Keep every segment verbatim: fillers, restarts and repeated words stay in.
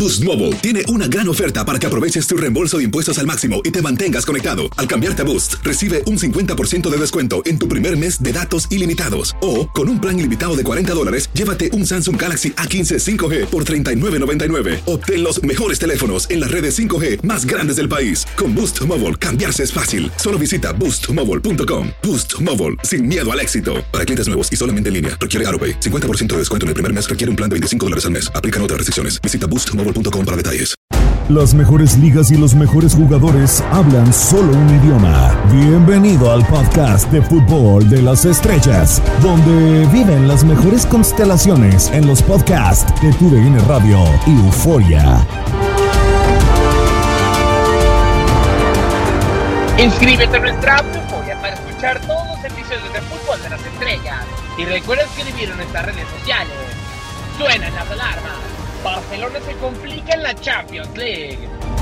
Boost Mobile tiene una gran oferta para que aproveches tu reembolso de impuestos al máximo y te mantengas conectado. Al cambiarte a Boost, recibe un cincuenta por ciento de descuento en tu primer mes de datos ilimitados. O, con un plan ilimitado de cuarenta dólares, llévate un Samsung Galaxy A quince cinco G por treinta y nueve noventa y nueve. Obtén los mejores teléfonos en las redes cinco G más grandes del país. Con Boost Mobile, cambiarse es fácil. Solo visita boost mobile punto com. Boost Mobile, sin miedo al éxito. Para clientes nuevos y solamente en línea, requiere AutoPay. cincuenta por ciento de descuento en el primer mes requiere un plan de veinticinco dólares al mes. Aplican otras restricciones. Visita boost mobile punto com para detalles. Las mejores ligas y los mejores jugadores hablan solo un idioma. Bienvenido al podcast de fútbol de las estrellas, donde viven las mejores constelaciones en los podcasts de TUDN Radio y Euforia. Inscríbete a nuestra app Euforia para escuchar todos los episodios de Fútbol de las Estrellas y recuerda escribir en nuestras redes sociales. Suenan las alarmas. Barcelona se complica en la Champions League.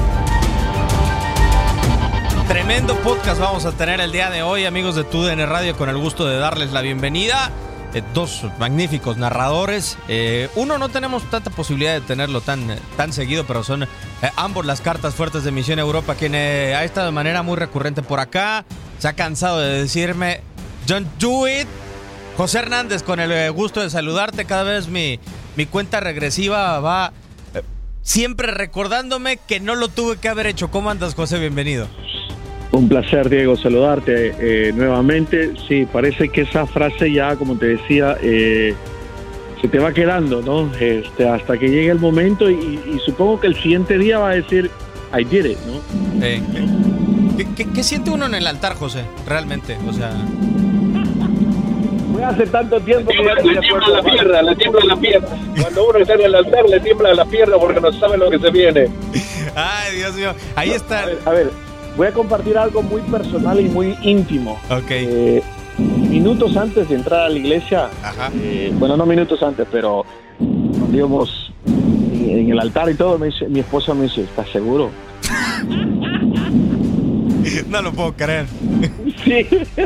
Tremendo podcast vamos a tener el día de hoy, amigos de TUDN Radio, con el gusto de darles la bienvenida. Eh, dos magníficos narradores. Eh, uno no tenemos tanta posibilidad de tenerlo tan, tan seguido, pero son eh, ambos las cartas fuertes de Misión Europa, quien eh, ha estado de manera muy recurrente por acá. Se ha cansado de decirme, don't do it. José Hernández, con el eh, gusto de saludarte. Cada vez mi... Mi cuenta regresiva va eh, siempre recordándome que no lo tuve que haber hecho. ¿Cómo andas, José? Bienvenido. Un placer, Diego, saludarte eh, nuevamente. Sí, parece que esa frase ya, como te decía, eh, se te va quedando, ¿no? Este, hasta que llegue el momento y, y supongo que el siguiente día va a decir, I did it, ¿no? Eh, ¿qué, qué, ¿Qué siente uno en el altar, José? Realmente, o sea... Hace tanto tiempo que le, le tiembla la pierna, le tiembla la pierna. Cuando uno está en el altar le tiembla la pierna porque no sabe lo que se viene. Ay, Dios mío, ahí no, está. A ver, a ver, voy a compartir algo muy personal y muy íntimo. Ok. Eh, minutos antes de entrar a la iglesia, eh, bueno, no minutos antes, pero cuando íbamos en el altar y todo, me dice, mi esposa me dice, ¿estás seguro? No lo puedo creer. Sí.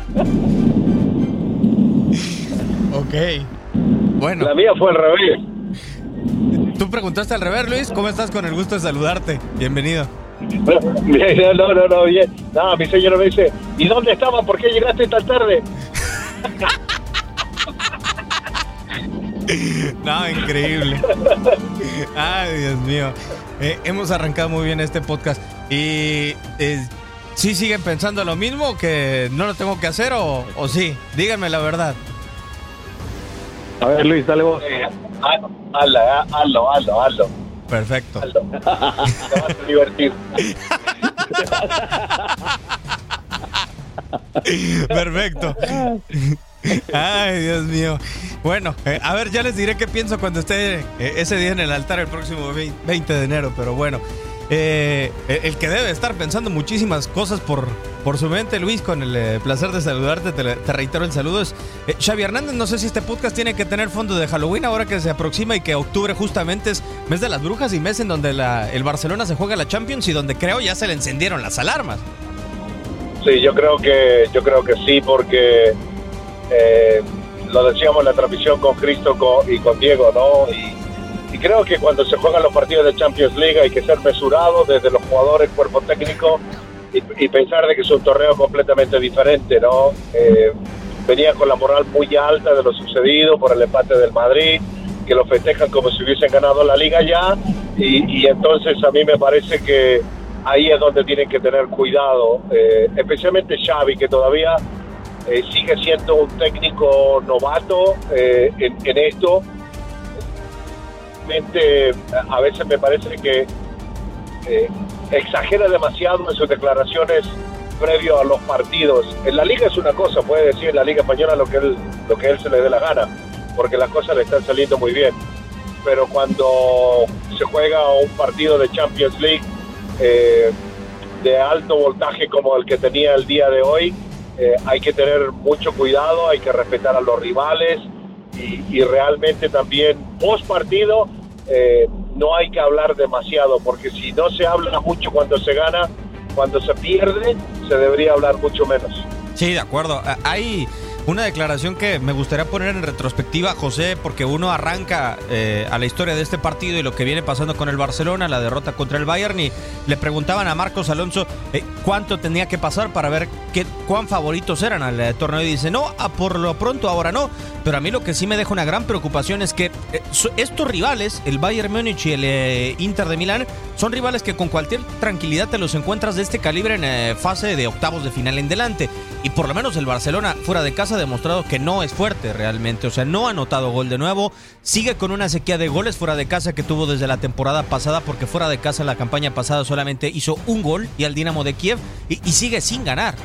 Ok. Bueno. La mía fue al revés. Tú preguntaste al revés, Luis. ¿Cómo estás? Con el gusto de saludarte. Bienvenido. No, no, no, no, bien. No, mi señora me dice, ¿y dónde estaba? ¿Por qué llegaste tan tarde? No, increíble. Ay, Dios mío. Eh, hemos arrancado muy bien este podcast. Y... Eh, ¿sí siguen pensando lo mismo? ¿Que no lo tengo que hacer o, o sí? Díganme la verdad. A ver, Luis, dale vos. Eh, hazlo, hazlo, hazlo, hazlo. Perfecto. Hazlo. Te vas a divertir. Perfecto. Ay, Dios mío. Bueno, eh, a ver, ya les diré qué pienso cuando esté eh, ese día en el altar el próximo veinte de enero, pero bueno. Eh, el que debe estar pensando muchísimas cosas por, por su mente, Luis, con el eh, placer de saludarte, te, te reitero el saludo, es eh, Xavi Hernández. No sé si este podcast tiene que tener fondo de Halloween ahora que se aproxima y que octubre justamente es mes de las brujas y mes en donde la, el Barcelona se juega la Champions y donde creo ya se le encendieron las alarmas. Sí, yo creo que yo creo que sí, porque eh, lo decíamos en la transmisión con Cristo con, y con Diego, ¿no? Y Y creo que cuando se juegan los partidos de Champions League hay que ser mesurado desde los jugadores, cuerpo técnico y, y pensar de que es un torneo completamente diferente, ¿no? Eh, venía con la moral muy alta de lo sucedido por el empate del Madrid, que lo festejan como si hubiesen ganado la Liga ya y, y entonces a mí me parece que ahí es donde tienen que tener cuidado, eh, especialmente Xavi, que todavía eh, sigue siendo un técnico novato eh, en, en esto. A veces me parece que eh, exagera demasiado en sus declaraciones previo a los partidos. En la Liga es una cosa, puede decir en la Liga Española lo que él, lo que él se le dé la gana, porque las cosas le están saliendo muy bien. Pero cuando se juega un partido de Champions League eh, de alto voltaje como el que tenía el día de hoy, eh, hay que tener mucho cuidado, hay que respetar a los rivales. Y, y realmente también post partido eh, no hay que hablar demasiado, porque si no se habla mucho cuando se gana, cuando se pierde se debería hablar mucho menos. Sí, de acuerdo. Hay Una declaración que me gustaría poner en retrospectiva, José, porque uno arranca eh, a la historia de este partido y lo que viene pasando con el Barcelona, la derrota contra el Bayern, y le preguntaban a Marcos Alonso eh, cuánto tenía que pasar para ver qué, cuán favoritos eran al eh, torneo, y dice, no, a por lo pronto ahora no, pero a mí lo que sí me deja una gran preocupación es que eh, estos rivales, el Bayern Múnich y el eh, Inter de Milán, son rivales que con cualquier tranquilidad te los encuentras de este calibre en eh, fase de octavos de final en delante, y por lo menos el Barcelona fuera de casa ha demostrado que no es fuerte realmente, o sea, no ha anotado gol de nuevo, sigue con una sequía de goles fuera de casa que tuvo desde la temporada pasada, porque fuera de casa la campaña pasada solamente hizo un gol y al Dinamo de Kiev, y, y sigue sin ganar.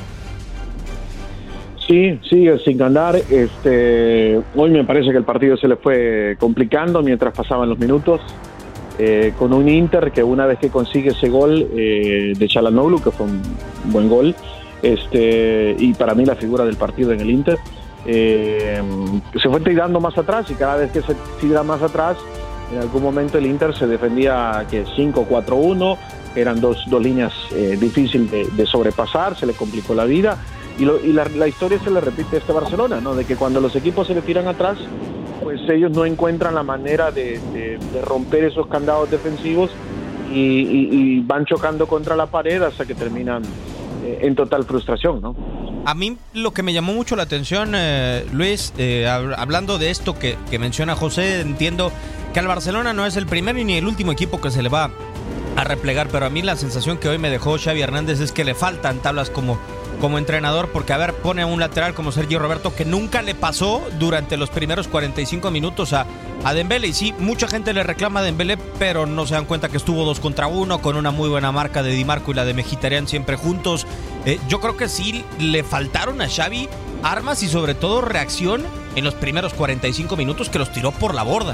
Sí, sigue sin ganar. Este, hoy me parece que el partido se le fue complicando mientras pasaban los minutos, eh, con un Inter que una vez que consigue ese gol eh, de Çalhanoğlu, que fue un buen gol, este y para mí la figura del partido en el Inter, eh, se fue tirando más atrás, y cada vez que se tira más atrás, en algún momento el Inter se defendía que cinco cuatro uno, eran dos, dos líneas eh, difíciles de, de sobrepasar, se le complicó la vida, y, lo, y la, la historia se le repite a este Barcelona, ¿no? De que cuando los equipos se le tiran atrás, pues ellos no encuentran la manera de, de, de romper esos candados defensivos, y, y, y van chocando contra la pared hasta que terminan en total frustración, ¿no? A mí lo que me llamó mucho la atención, eh, Luis, eh, hablando de esto que, que menciona José, entiendo que al Barcelona no es el primer ni el último equipo que se le va a replegar, pero a mí la sensación que hoy me dejó Xavi Hernández es que le faltan tablas como, como entrenador, porque a ver, pone a un lateral como Sergio Roberto que nunca le pasó durante los primeros cuarenta y cinco minutos a, a Dembélé, y sí, mucha gente le reclama a Dembélé, pero no se dan cuenta que estuvo dos contra uno con una muy buena marca de Di Marco y la de Mkhitaryan siempre juntos. Eh, yo creo que sí le faltaron a Xavi armas y sobre todo reacción en los primeros cuarenta y cinco minutos, que los tiró por la borda.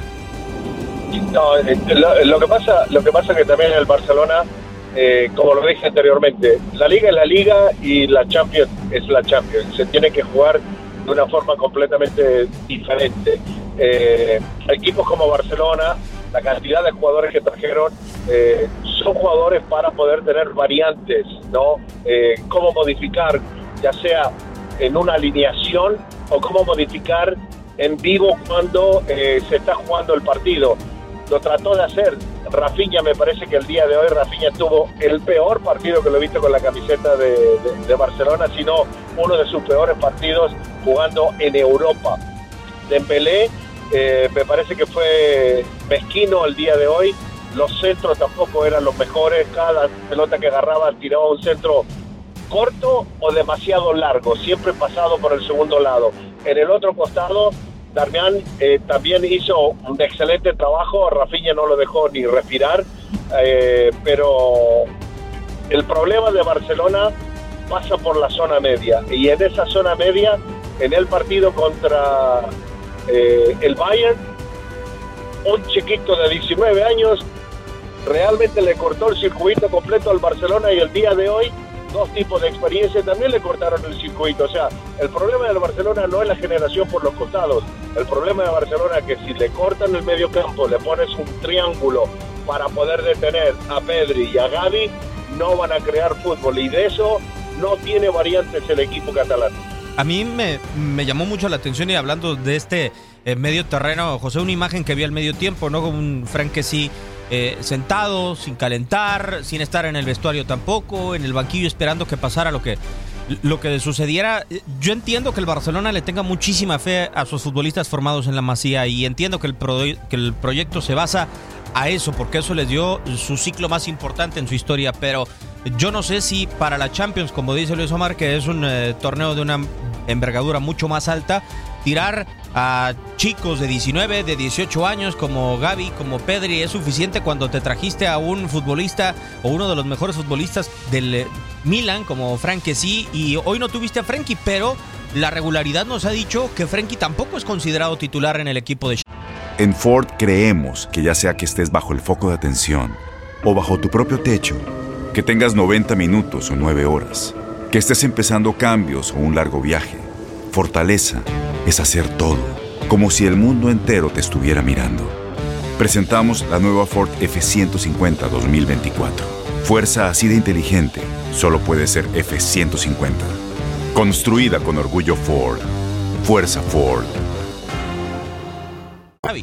No, lo, lo que pasa, lo que pasa que también el Barcelona, eh, como lo dije anteriormente, la Liga es la Liga y la Champions es la Champions. Se tiene que jugar de una forma completamente diferente. Eh, equipos como Barcelona, la cantidad de jugadores que trajeron, eh, son jugadores para poder tener variantes, ¿no? Eh, cómo modificar, ya sea en una alineación o cómo modificar en vivo cuando eh, se está jugando el partido. Lo trató de hacer Rafinha. Me parece que el día de hoy Rafinha tuvo el peor partido que lo he visto con la camiseta de, de, de Barcelona, sino uno de sus peores partidos jugando en Europa. Dembélé, eh, me parece que fue mezquino el día de hoy. Los centros tampoco eran los mejores. Cada pelota que agarraba tiraba un centro corto o demasiado largo, siempre pasado por el segundo lado. En el otro costado, Darmian eh, también hizo un excelente trabajo. Rafinha no lo dejó ni respirar, eh, pero el problema de Barcelona pasa por la zona media, y en esa zona media, en el partido contra eh, el Bayern, un chiquito de diecinueve años realmente le cortó el circuito completo al Barcelona, y el día de hoy dos tipos de experiencia también le cortaron el circuito. O sea, el problema del Barcelona no es la generación por los costados. El problema de Barcelona es que si le cortan el medio campo, le pones un triángulo para poder detener a Pedri y a Gavi, no van a crear fútbol, y de eso no tiene variantes el equipo catalán. A mí me, me llamó mucho la atención, y hablando de este eh, medio terreno, José, una imagen que vi al medio tiempo, ¿no? Con un Frank que sí Eh, sentado, sin calentar, sin estar en el vestuario tampoco, en el banquillo esperando que pasara lo que, lo que sucediera. Yo entiendo que el Barcelona le tenga muchísima fe a sus futbolistas formados en la Masía, y entiendo que el, pro, que el proyecto se basa a eso, porque eso les dio su ciclo más importante en su historia, pero yo no sé si para la Champions, como dice Luis Omar, que es un eh, torneo de una envergadura mucho más alta, tirar a chicos de diecinueve, de dieciocho años como Gavi, como Pedri, es suficiente cuando te trajiste a un futbolista o uno de los mejores futbolistas del Milan como Frank Kessie, y hoy no tuviste a Frenkie, pero la regularidad nos ha dicho que Frenkie tampoco es considerado titular en el equipo de... En Ford creemos que ya sea que estés bajo el foco de atención o bajo tu propio techo, que tengas noventa minutos o nueve horas, que estés empezando cambios o un largo viaje, fortaleza es hacer todo, como si el mundo entero te estuviera mirando. Presentamos la nueva Ford F ciento cincuenta dos mil veinticuatro. Fuerza así de inteligente solo puede ser F ciento cincuenta. Construida con orgullo Ford. Fuerza Ford. Gaby.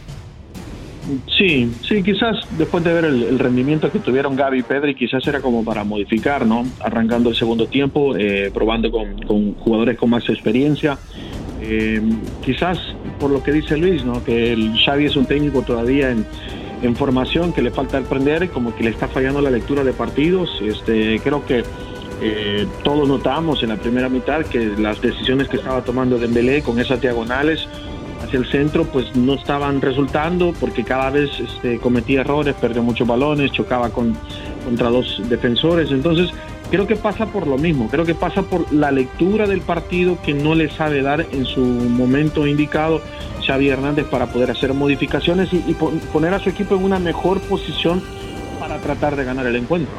Sí, sí, quizás después de ver el, el rendimiento que tuvieron Gaby y Pedri, quizás era como para modificar, ¿no? Arrancando el segundo tiempo, eh, probando con, con jugadores con más experiencia. Eh, quizás por lo que dice Luis, ¿no? Que el Xavi es un técnico todavía en, en formación, que le falta aprender, como que le está fallando la lectura de partidos. Este, creo que eh, todos notamos en la primera mitad que las decisiones que estaba tomando Dembélé con esas diagonales hacia el centro pues no estaban resultando, porque cada vez este, cometía errores, perdió muchos balones, chocaba con, contra dos defensores. Entonces creo que pasa por lo mismo, creo que pasa por la lectura del partido que no le sabe dar en su momento indicado Xavi Hernández para poder hacer modificaciones y, y poner a su equipo en una mejor posición para tratar de ganar el encuentro.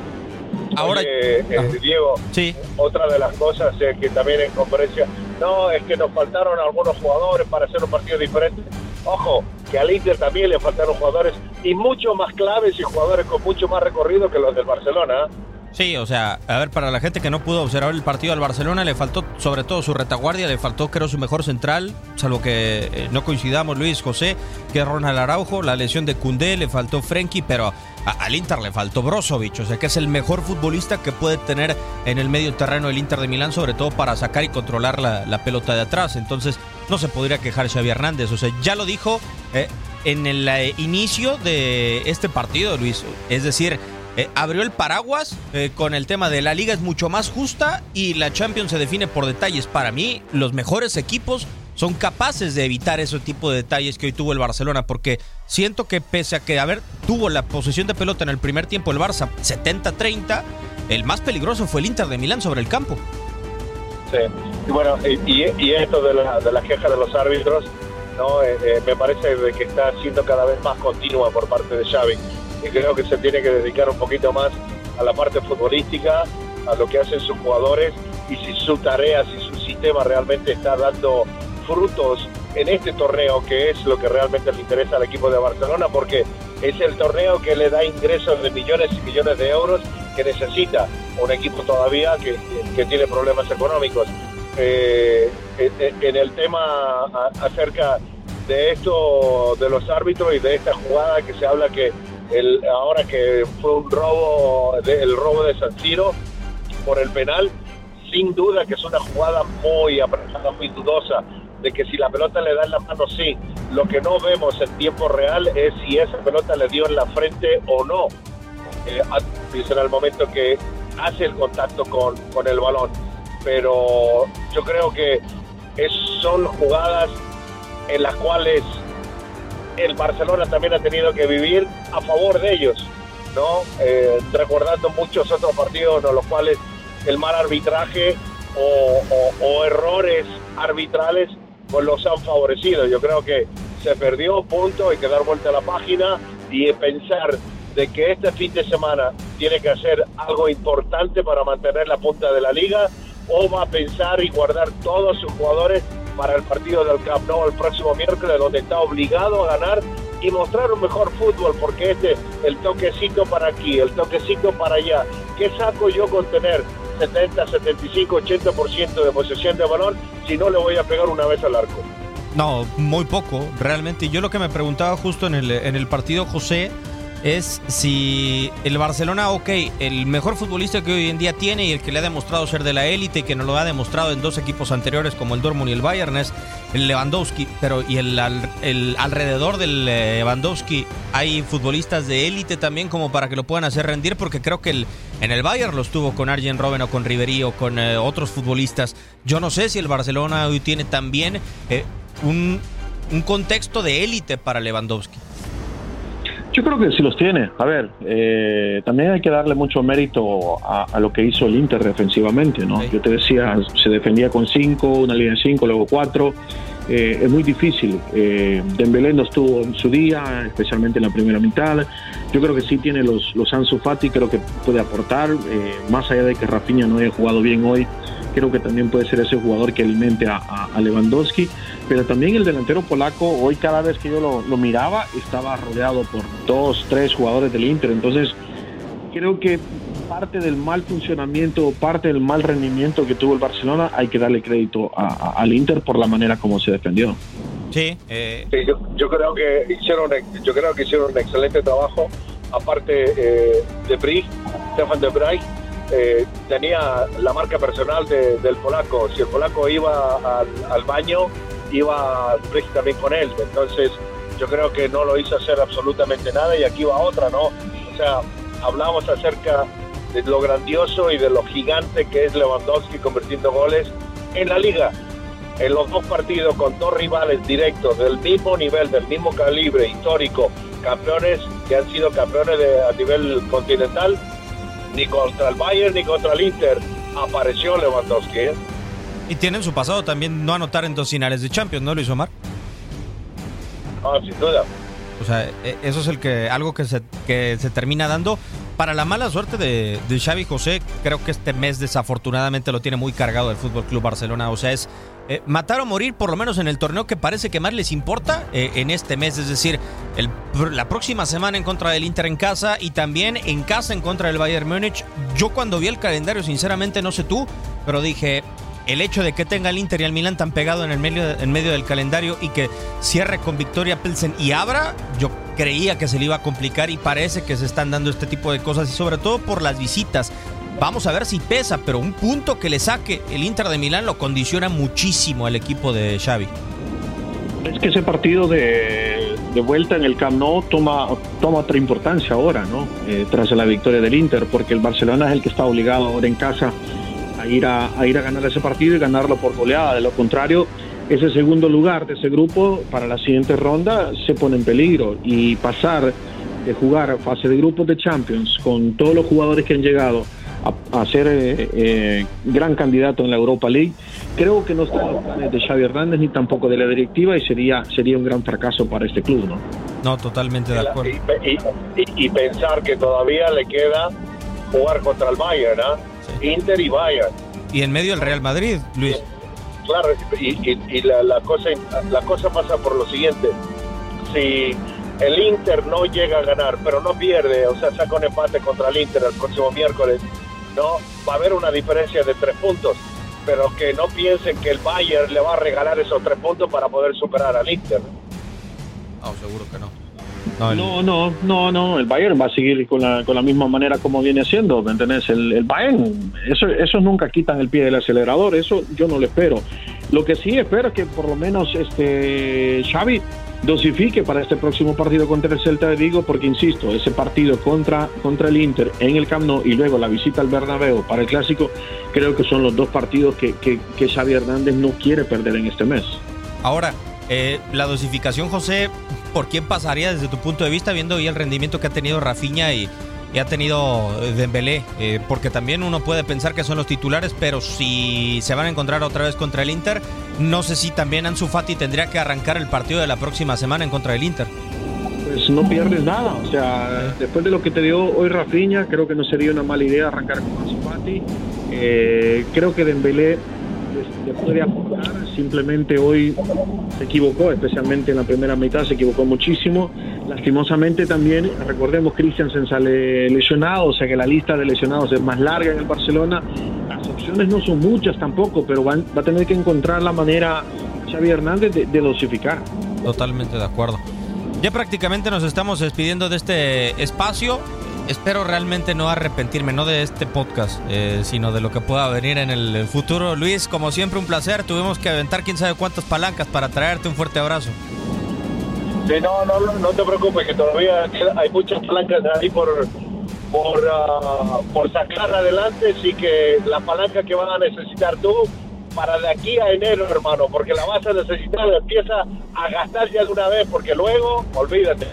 Ahora, Oye, eh, Diego, sí. Otra de las cosas es que también en conferencia, no, es que nos faltaron algunos jugadores para hacer un partido diferente. Ojo, que al Inter también le faltaron jugadores y mucho más claves y jugadores con mucho más recorrido que los del Barcelona. Sí, o sea, a ver, para la gente que no pudo observar el partido al Barcelona, le faltó sobre todo su retaguardia, le faltó creo su mejor central, salvo que eh, no coincidamos Luis José, que es Ronald Araujo, la lesión de Koundé, le faltó Frenkie, pero a, al Inter le faltó Brozovic, o sea que es el mejor futbolista que puede tener en el medio terreno el Inter de Milán, sobre todo para sacar y controlar la, la pelota de atrás. Entonces no se podría quejar Xavi Hernández, o sea, ya lo dijo eh, en el eh, inicio de este partido, Luis, es decir, Eh, abrió el paraguas eh, con el tema de la liga es mucho más justa y la Champions se define por detalles. Para mí, los mejores equipos son capaces de evitar ese tipo de detalles que hoy tuvo el Barcelona, porque siento que pese a que, a ver, tuvo la posesión de pelota en el primer tiempo el Barça setenta treinta, el más peligroso fue el Inter de Milán sobre el campo. Sí, y bueno, y, y esto de la, de la queja de los árbitros, no eh, eh, me parece de que está siendo cada vez más continua por parte de Xavi. Y creo que se tiene que dedicar un poquito más a la parte futbolística, a lo que hacen sus jugadores y si su tarea, si su sistema realmente está dando frutos en este torneo, que es lo que realmente le interesa al equipo de Barcelona, porque es el torneo que le da ingresos de millones y millones de euros que necesita un equipo todavía que, que tiene problemas económicos. Eh, en el tema acerca de esto, de los árbitros y de esta jugada que se habla que El, ahora que fue un robo, de, el robo de San Siro por el penal, sin duda que es una jugada muy apretada, muy dudosa, de que si la pelota le da en la mano, sí. Lo que no vemos en tiempo real es si esa pelota le dio en la frente o no, eh, en el momento que hace el contacto con, con el balón. Pero yo creo que es, son jugadas en las cuales el Barcelona también ha tenido que vivir a favor de ellos, ¿no? Eh, recordando muchos otros partidos en los cuales el mal arbitraje o, o, o errores arbitrales pues los han favorecido. Yo creo que se perdió, punto, hay que dar vuelta a la página y pensar de que este fin de semana tiene que hacer algo importante para mantener la punta de la liga, o va a pensar y guardar todos sus jugadores para el partido del Camp Nou el próximo miércoles, donde está obligado a ganar y mostrar un mejor fútbol, porque este, el toquecito para aquí, el toquecito para allá, ¿qué saco yo con tener setenta, setenta y cinco, ochenta por ciento de posesión de balón si no le voy a pegar una vez al arco? No, muy poco, realmente. Yo lo que me preguntaba justo en el, en el partido, José, es si el Barcelona, ok, el mejor futbolista que hoy en día tiene y el que le ha demostrado ser de la élite y que nos lo ha demostrado en dos equipos anteriores como el Dortmund y el Bayern es el Lewandowski, pero y el, el alrededor del Lewandowski hay futbolistas de élite también como para que lo puedan hacer rendir, porque creo que el, en el Bayern los tuvo con Arjen Robben o con Ribéry o con eh, otros futbolistas. Yo no sé si el Barcelona hoy tiene también eh, un, un contexto de élite para Lewandowski. Yo creo que sí los tiene. A ver, eh, también hay que darle mucho mérito a, a lo que hizo el Inter defensivamente, ¿no? Sí. Yo te decía, se defendía con cinco, una línea de cinco, luego cuatro. Eh, es muy difícil. Eh, Dembélé no estuvo en su día, especialmente en la primera mitad. Yo creo que sí tiene los, los Ansu Fati, creo que puede aportar. Eh, más allá de que Rafinha no haya jugado bien hoy, creo que también puede ser ese jugador que alimente a, a, a Lewandowski. Pero también el delantero polaco, hoy cada vez que yo lo, lo miraba, estaba rodeado por dos, tres jugadores del Inter. Entonces, creo que parte del mal funcionamiento, parte del mal rendimiento que tuvo el Barcelona, hay que darle crédito a, a, al Inter por la manera como se defendió. Sí, eh... sí yo, yo creo que hicieron, yo creo que hicieron un excelente trabajo. Aparte eh, de Brie, Stefan de Vrij, eh, tenía la marca personal de, del polaco. Si el polaco iba al, al baño, iba Brie también con él. Entonces yo creo que no lo hizo hacer absolutamente nada, y aquí va otra, ¿no? O sea, hablamos acerca de lo grandioso y de lo gigante que es Lewandowski convirtiendo goles en la liga. En los dos partidos con dos rivales directos del mismo nivel, del mismo calibre histórico, campeones que han sido campeones de, a nivel continental, ni contra el Bayern ni contra el Inter apareció Lewandowski, ¿eh? Y tienen su pasado también no anotar en dos finales de Champions, ¿no, Luis Omar? Ah, sin duda. O sea, eso es el que algo que se, que se termina dando. Para la mala suerte de, de Xavi José, creo que este mes desafortunadamente lo tiene muy cargado el Fútbol Club Barcelona. O sea, es eh, matar o morir, por lo menos en el torneo que parece que más les importa eh, en este mes. Es decir, el, la próxima semana en contra del Inter en casa, y también en casa en contra del Bayern Múnich. Yo cuando vi el calendario, sinceramente no sé tú, pero dije, el hecho de que tenga el Inter y el Milan tan pegado en el medio, en medio del calendario, y que cierre con victoria Pilsen y abra, yo creía que se le iba a complicar, y parece que se están dando este tipo de cosas, y sobre todo por las visitas. Vamos a ver si pesa, pero un punto que le saque el Inter de Milán lo condiciona muchísimo al equipo de Xavi. Es que ese partido de, de vuelta en el Camp Nou toma, toma otra importancia ahora, ¿no? Eh, tras la victoria del Inter, porque el Barcelona es el que está obligado ahora en casa a ir a, a ir a ganar ese partido y ganarlo por goleada. De lo contrario, ese segundo lugar de ese grupo para la siguiente ronda se pone en peligro, y pasar de jugar fase de grupos de Champions con todos los jugadores que han llegado a, a ser eh, eh, gran candidato en la Europa League, creo que no está en los planes de Xavi Hernández ni tampoco de la directiva, y sería sería un gran fracaso para este club, ¿no? No, totalmente de acuerdo. Y, y, y, y pensar que todavía le queda jugar contra el Bayern, ¿eh? Sí. Inter y Bayern. Y en medio el Real Madrid, Luis. Claro, y, y, y la, la, cosa, la cosa pasa por lo siguiente. Si el Inter no llega a ganar, pero no pierde, o sea, saca un empate contra el Inter el próximo miércoles, no va a haber una diferencia de tres puntos, pero que no piensen que el Bayern le va a regalar esos tres puntos para poder superar al Inter, ¿no? No, seguro que no. No, el... no, no, no, no, el Bayern va a seguir con la, con la misma manera como viene haciendo, ¿me entendés? El, el Bayern, eso, esos nunca quitan el pie del acelerador, eso yo no lo espero. Lo que sí espero es que por lo menos este Xavi dosifique para este próximo partido contra el Celta de Vigo, porque insisto, ese partido contra, contra el Inter en el Camp Nou y luego la visita al Bernabéu para el Clásico, creo que son los dos partidos que, que, que Xavi Hernández no quiere perder en este mes. Ahora, eh, la dosificación, José, ¿por quién pasaría desde tu punto de vista, viendo hoy el rendimiento que ha tenido Rafinha y, y ha tenido Dembélé? Eh, porque también uno puede pensar que son los titulares, pero si se van a encontrar otra vez contra el Inter, no sé si también Ansu Fati tendría que arrancar el partido de la próxima semana en contra del Inter. Pues no pierdes nada, o sea, después de lo que te dio hoy Rafinha, creo que no sería una mala idea arrancar con Ansu Fati. Eh, creo que Dembélé le puede aportar, simplemente hoy se equivocó, especialmente en la primera mitad se equivocó muchísimo, lastimosamente también, recordemos, Christensen sale lesionado, o sea que la lista de lesionados es más larga en el Barcelona, las opciones no son muchas tampoco, pero van, va a tener que encontrar la manera Xavi Hernández de, de dosificar. Totalmente de acuerdo. Ya prácticamente nos estamos despidiendo de este espacio. Espero realmente no arrepentirme, no de este podcast, eh, sino de lo que pueda venir en el futuro. Luis, como siempre, un placer. Tuvimos que aventar quién sabe cuántas palancas para traerte. Un fuerte abrazo. Sí, no, no, no te preocupes, que todavía hay muchas palancas ahí por, por, uh, por sacar adelante. Así que la palanca que van a necesitar tú para de aquí a enero, hermano, porque la vas a necesitar, empieza a gastar ya de una vez, porque luego, olvídate.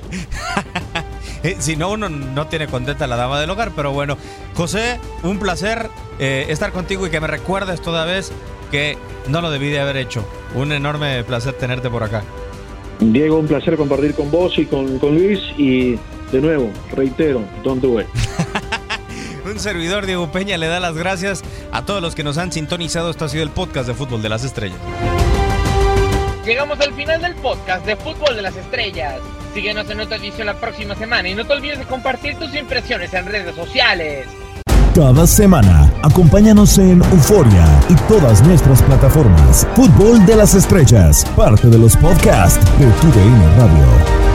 Si no, uno no tiene contenta a la dama del hogar, pero bueno. José, un placer eh, estar contigo y que me recuerdes toda vez que no lo debí de haber hecho. Un enorme placer tenerte por acá. Diego, un placer compartir con vos y con, con Luis, y de nuevo, reitero, don't do it. Un servidor, Diego Peña, le da las gracias a todos los que nos han sintonizado. Esto ha sido el podcast de Fútbol de las Estrellas. Llegamos al final del podcast de Fútbol de las Estrellas. Síguenos en otra edición la próxima semana y no te olvides de compartir tus impresiones en redes sociales. cada semana. Acompáñanos en Euforia y todas nuestras plataformas. Fútbol de las Estrellas, parte de los podcasts de TUDN Radio.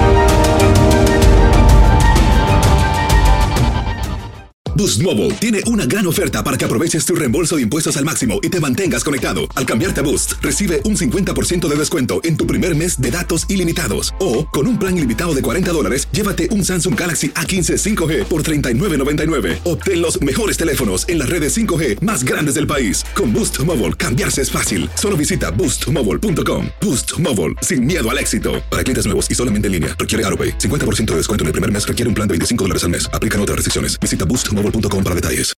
Boost Mobile tiene una gran oferta para que aproveches tu reembolso de impuestos al máximo y te mantengas conectado. Al cambiarte a Boost, recibe un cincuenta por ciento de descuento en tu primer mes de datos ilimitados. O, con un plan ilimitado de cuarenta dólares, llévate un Samsung Galaxy A quince cinco G por treinta y nueve noventa y nueve. Obtén los mejores teléfonos en las redes cinco G más grandes del país. Con Boost Mobile, cambiarse es fácil. Solo visita boost mobile punto com. Boost Mobile, sin miedo al éxito. Para clientes nuevos y solamente en línea, requiere AutoPay. cincuenta por ciento de descuento en el primer mes, requiere un plan de veinticinco dólares al mes. Aplican otras restricciones. Visita boost mobile punto com para detalles.